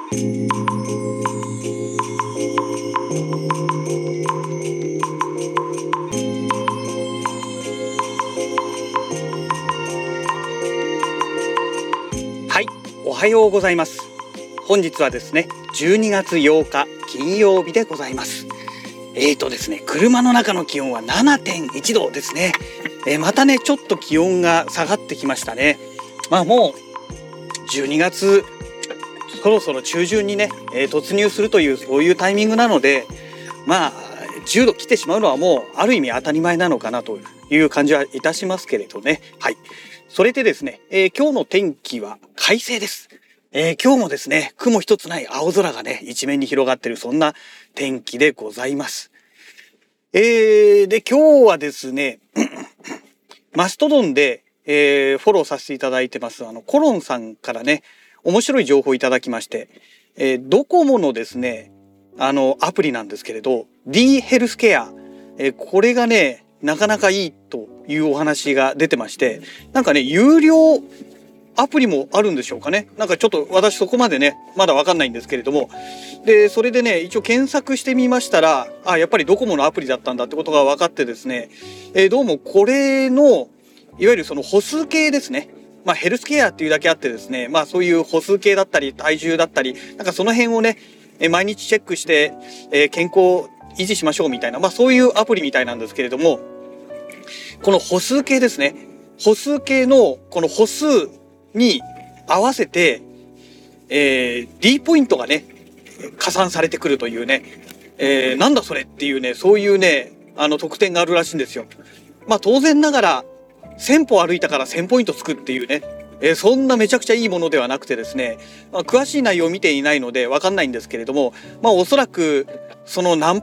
はい、おはようございます。本日はですね、12月8日金曜日でございます。ですね、車の中の気温は 7.1 度ですね。またね、ちょっと気温が下がってきましたね。もう12月そろそろ中旬にね、突入するというそういうタイミングなので、10度来てしまうのはもうある意味当たり前なのかなという感じはいたしますけれどね。はい。それでですね、今日の天気は快晴です。今日もですね、雲一つない青空がね、一面に広がっているそんな天気でございます。で、今日はですね、マストドンで、フォローさせていただいてますコロンさんからね、面白い情報をいただきまして、ドコモのですね、アプリなんですけれど、D ヘルスケア、これがね、なかなかいいというお話が出てまして、なんかね、有料アプリもあるんでしょうかね。なんかちょっと私そこまでね、まだわかんないんですけれども。で、それでね、一応検索してみましたら、やっぱりドコモのアプリだったんだってことが分かってですね、どうもこれの、いわゆるその歩数計ですね。ヘルスケアっていうだけあってですね、そういう歩数計だったり、体重だったり、なんかその辺をね、毎日チェックして、健康を維持しましょうみたいな、そういうアプリみたいなんですけれども、この歩数計ですね。歩数計のこの歩数に合わせて、D ポイントがね、加算されてくるというね、なんだそれっていうね、そういうね、特典があるらしいんですよ。当然ながら、1000歩歩いたから1000ポイントつくっていうね、そんなめちゃくちゃいいものではなくてですね、詳しい内容を見ていないので分かんないんですけれども、おそらくその何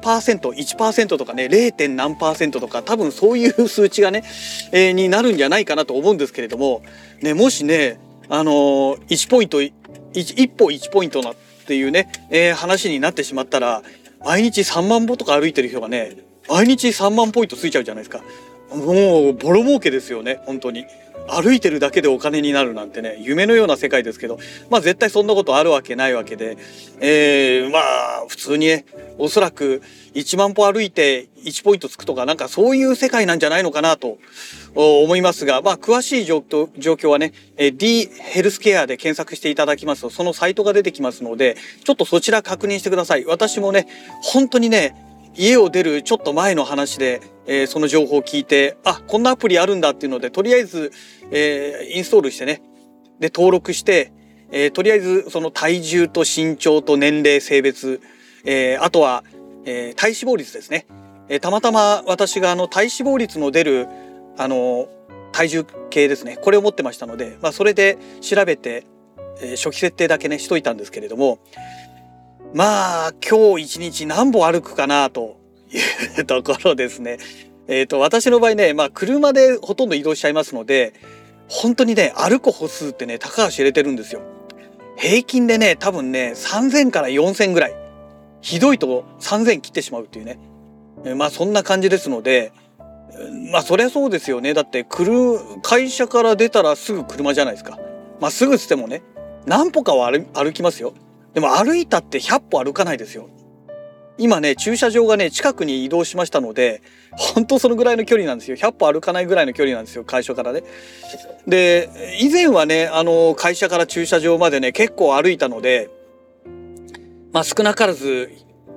%、1% とかね、0. 何%とか、多分そういう数値がね、になるんじゃないかなと思うんですけれども、ね、もしね、1ポイント、1歩1ポイントなっていうね、話になってしまったら、毎日3万歩とか歩いてる人がね、毎日3万ポイントついちゃうじゃないですか。もうボロ儲けですよね、本当に。歩いてるだけでお金になるなんてね、夢のような世界ですけど、絶対そんなことあるわけないわけで、普通にね、おそらく1万歩歩いて1ポイントつくとか、なんかそういう世界なんじゃないのかなと思いますが、詳しい状況はね、D ヘルスケアで検索していただきますと、そのサイトが出てきますので、ちょっとそちら確認してください。私もね、本当にね、家を出るちょっと前の話で、その情報を聞いて、こんなアプリあるんだっていうので、とりあえず、インストールしてね、で登録して、とりあえずその体重と身長と年齢性別、あとは、体脂肪率ですね、たまたま私が体脂肪率の出る体重計ですね、これを持ってましたので、それで調べて、初期設定だけねしといたんですけれども、今日一日何歩歩くかなというところですね。私の場合ね、車でほとんど移動しちゃいますので、本当にね、歩く歩数ってね、高橋入れてるんですよ。平均でね、多分ね、3000から4000ぐらい。ひどいと3000切ってしまうっていうね。そんな感じですので、そりゃそうですよね。だって会社から出たらすぐ車じゃないですか。すぐつってもね、何歩かは歩きますよ。でも歩いたって100歩歩かないですよ。今ね、駐車場がね、近くに移動しましたので、本当そのぐらいの距離なんですよ。100歩歩かないぐらいの距離なんですよ、会社からね。で、以前はね、会社から駐車場までね、結構歩いたので、少なからず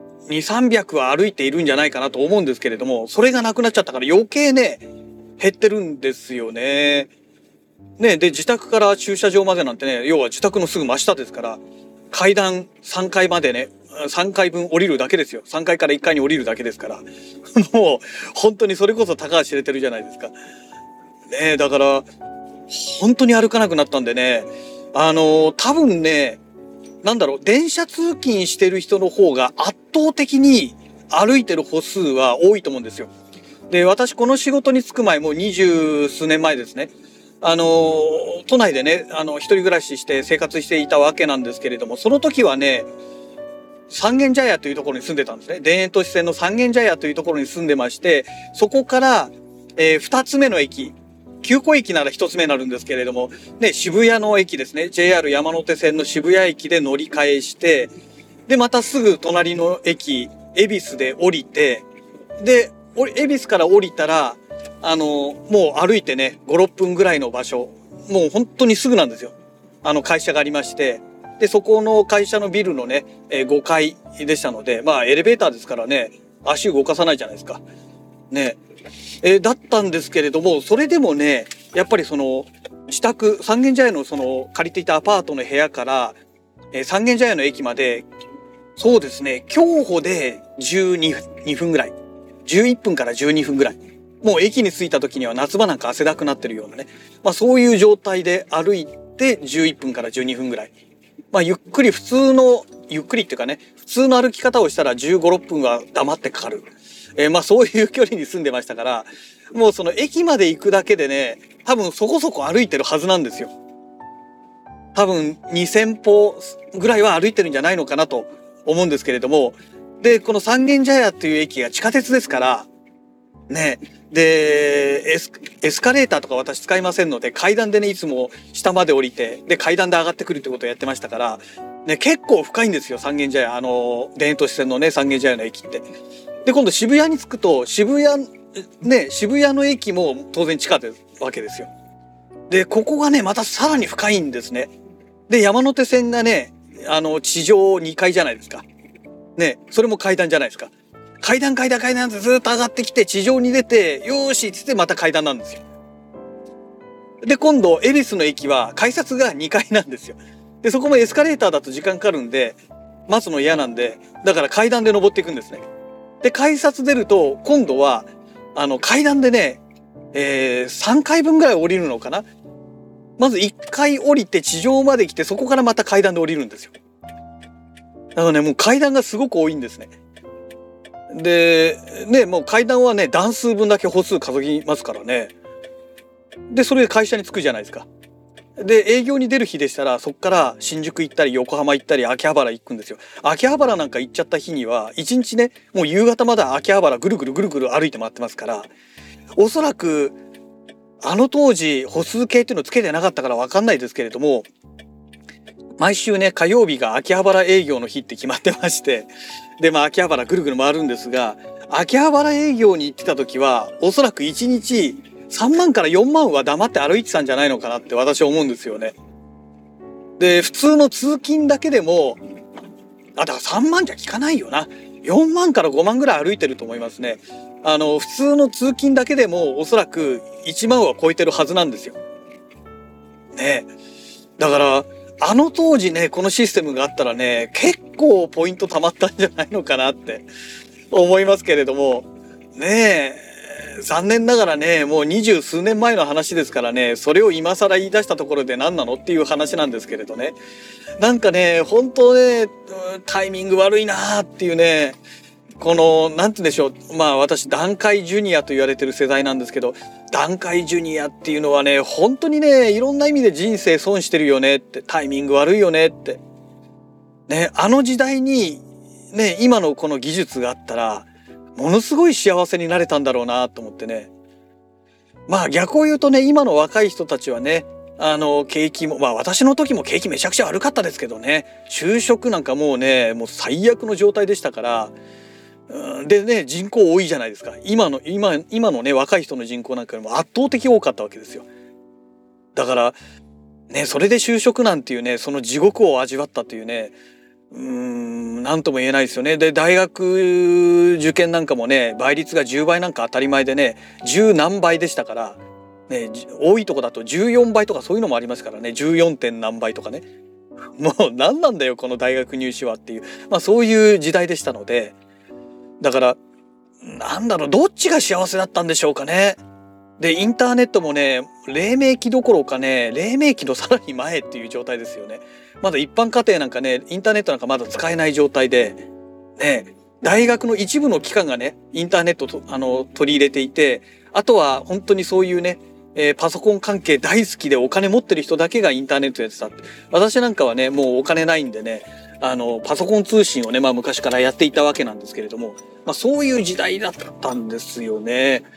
2、300は歩いているんじゃないかなと思うんですけれども、それがなくなっちゃったから余計ね、減ってるんですよね。ね、で、自宅から駐車場までなんてね、要は自宅のすぐ真下ですから、階段3階までね、3階分降りるだけですよ。3階から1階に降りるだけですから。もう、本当にそれこそ高橋入れてるじゃないですか。ね、だから、本当に歩かなくなったんでね、多分ね、電車通勤してる人の方が圧倒的に歩いてる歩数は多いと思うんですよ。で、私この仕事に就く前、もう20数年前ですね。都内でね、一人暮らしして生活していたわけなんですけれども、その時はね、三軒茶屋というところに住んでたんですね。田園都市線の三軒茶屋というところに住んでまして、そこから、2つ目の駅、 急行駅なら一つ目になるんですけれども、ね、渋谷の駅ですね。JR 山手線の渋谷駅で乗り換えして、で、またすぐ隣の駅、恵比寿で降りて、で、恵比寿から降りたら、もう歩いてね、5、6分ぐらいの場所、もう本当にすぐなんですよ。会社がありまして、で、そこの会社のビルのね、5階でしたので、まあ、エレベーターですからね、足動かさないじゃないですか。ね。だったんですけれども、それでもね、やっぱりその、自宅、三軒茶屋のその、借りていたアパートの部屋から、三軒茶屋の駅まで、そうですね、競歩で12分ぐらい。11分から12分ぐらい。もう駅に着いた時には夏場なんか汗だくなってるようなね。まあそういう状態で歩いて11分から12分ぐらい。まあゆっくりっていうかね、普通の歩き方をしたら15、6分は黙ってかかる。まあそういう距離に住んでましたから、もうその駅まで行くだけでね、多分そこそこ歩いてるはずなんですよ。多分2000歩ぐらいは歩いてるんじゃないのかなと思うんですけれども、で、この三軒茶屋っていう駅が地下鉄ですから、ね、で、エスカレーターとか私使いませんので、階段でね、いつも下まで降りて、で、階段で上がってくるってことをやってましたから、ね、結構深いんですよ、三軒茶屋。田園都市線のね、三軒茶屋の駅って。で、今度渋谷に着くと、渋谷の駅も当然地下でわけですよ。で、ここがね、またさらに深いんですね。で、山手線がね、地上2階じゃないですか。ね、それも階段じゃないですか。階段ってずっと上がってきて、地上に出て、よーしっつってまた階段なんですよ。で、今度、恵比寿の駅は改札が2階なんですよ。で、そこもエスカレーターだと時間かかるんで、待つの嫌なんで、だから階段で登っていくんですね。で、改札出ると、今度は、階段でね、3回分ぐらい降りるのかな。まず1回降りて地上まで来て、そこからまた階段で降りるんですよ。だからね、もう階段がすごく多いんですね。で、ね、もう階段はね、段数分だけ歩数数えますからね。で、それで会社に着くじゃないですか。で、営業に出る日でしたら、そこから新宿行ったり、横浜行ったり、秋葉原行くんですよ。秋葉原なんか行っちゃった日には、一日ね、もう夕方まで秋葉原ぐるぐる歩いて回ってますから、おそらく、あの当時、歩数計っていうのをつけてなかったからわかんないですけれども、毎週ね、火曜日が秋葉原営業の日って決まってまして、で、まあ秋葉原ぐるぐる回るんですが、秋葉原営業に行ってた時は、おそらく1日3万から4万は黙って歩いてたんじゃないのかなって私は思うんですよね。で、普通の通勤だけでも、だから3万じゃ効かないよな。4万から5万ぐらい歩いてると思いますね。普通の通勤だけでもおそらく1万は超えてるはずなんですよ。ね。だから、あの当時ね、このシステムがあったらね、結構ポイント貯まったんじゃないのかなって思いますけれども、ねえ、残念ながらね、もう20数年前の話ですからね、それを今更言い出したところで何なのっていう話なんですけれどね。なんかね、本当ね、タイミング悪いなーっていうね、この、なんて言うんでしょう。まあ私、団塊ジュニアと言われてる世代なんですけど、団塊ジュニアっていうのはね、本当にね、いろんな意味で人生損してるよねって、タイミング悪いよねって。ね、あの時代に、ね、今のこの技術があったら、ものすごい幸せになれたんだろうなと思ってね。まあ逆を言うとね、今の若い人たちはね、景気も、まあ私の時も景気めちゃくちゃ悪かったですけどね、就職なんかもうね、もう最悪の状態でしたから、でね、人口多いじゃないですか。今のね、若い人の人口なんかよりも圧倒的多かったわけですよ。だから、ね、それで就職なんていうね、その地獄を味わったというね、なんとも言えないですよね。で、大学受験なんかもね、倍率が10倍なんか当たり前でね、10何倍でしたから、ね、多いとこだと14倍とかそういうのもありますからね、14. 点何倍とかね。もう何なんだよ、この大学入試はっていう、まあそういう時代でしたので、だから、なんだろう、どっちが幸せだったんでしょうかね。で、インターネットもね、黎明期どころかね、黎明期のさらに前っていう状態ですよね。まだ一般家庭なんかね、インターネットなんかまだ使えない状態で、ね、大学の一部の機関がね、インターネットと取り入れていて、あとは本当にそういうね、パソコン関係大好きでお金持ってる人だけがインターネットやってたって。私なんかはね、もうお金ないんでね、パソコン通信をね、まあ昔からやっていたわけなんですけれども、まあそういう時代だったんですよね。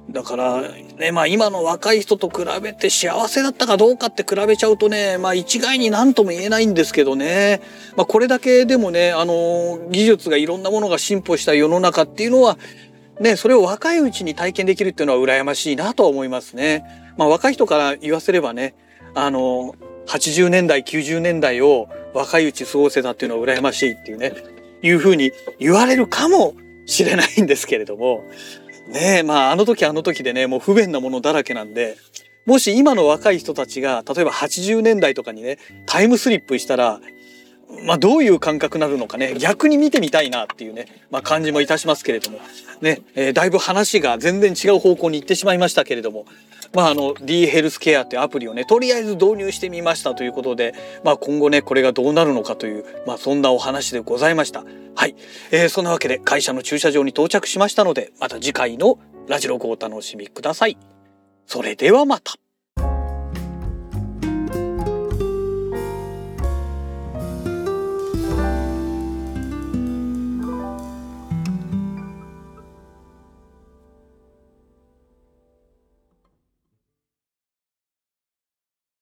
だからね、今の若い人と比べて幸せだったかどうかって比べちゃうとね、一概に何とも言えないんですけどね。これだけでもね、技術がいろんなものが進歩した世の中っていうのはね、それを若いうちに体験できるっていうのは羨ましいなと思いますね。若い人から言わせればね、80年代90年代を若いうち過ごせたっていうのは羨ましいっていうね、いうふうに言われるかもしれないんですけれどもね。あの時あの時でね、もう不便なものだらけなんで、もし今の若い人たちが例えば80年代とかにねタイムスリップしたら、どういう感覚になるのかね、逆に見てみたいなっていうね、感じもいたしますけれどもね、だいぶ話が全然違う方向に行ってしまいましたけれども、D ヘルスケアっていうアプリをねとりあえず導入してみましたということで、今後ねこれがどうなるのかという、そんなお話でございました。はい、そんなわけで会社の駐車場に到着しましたので、また次回のラジログをお楽しみください。それではまた。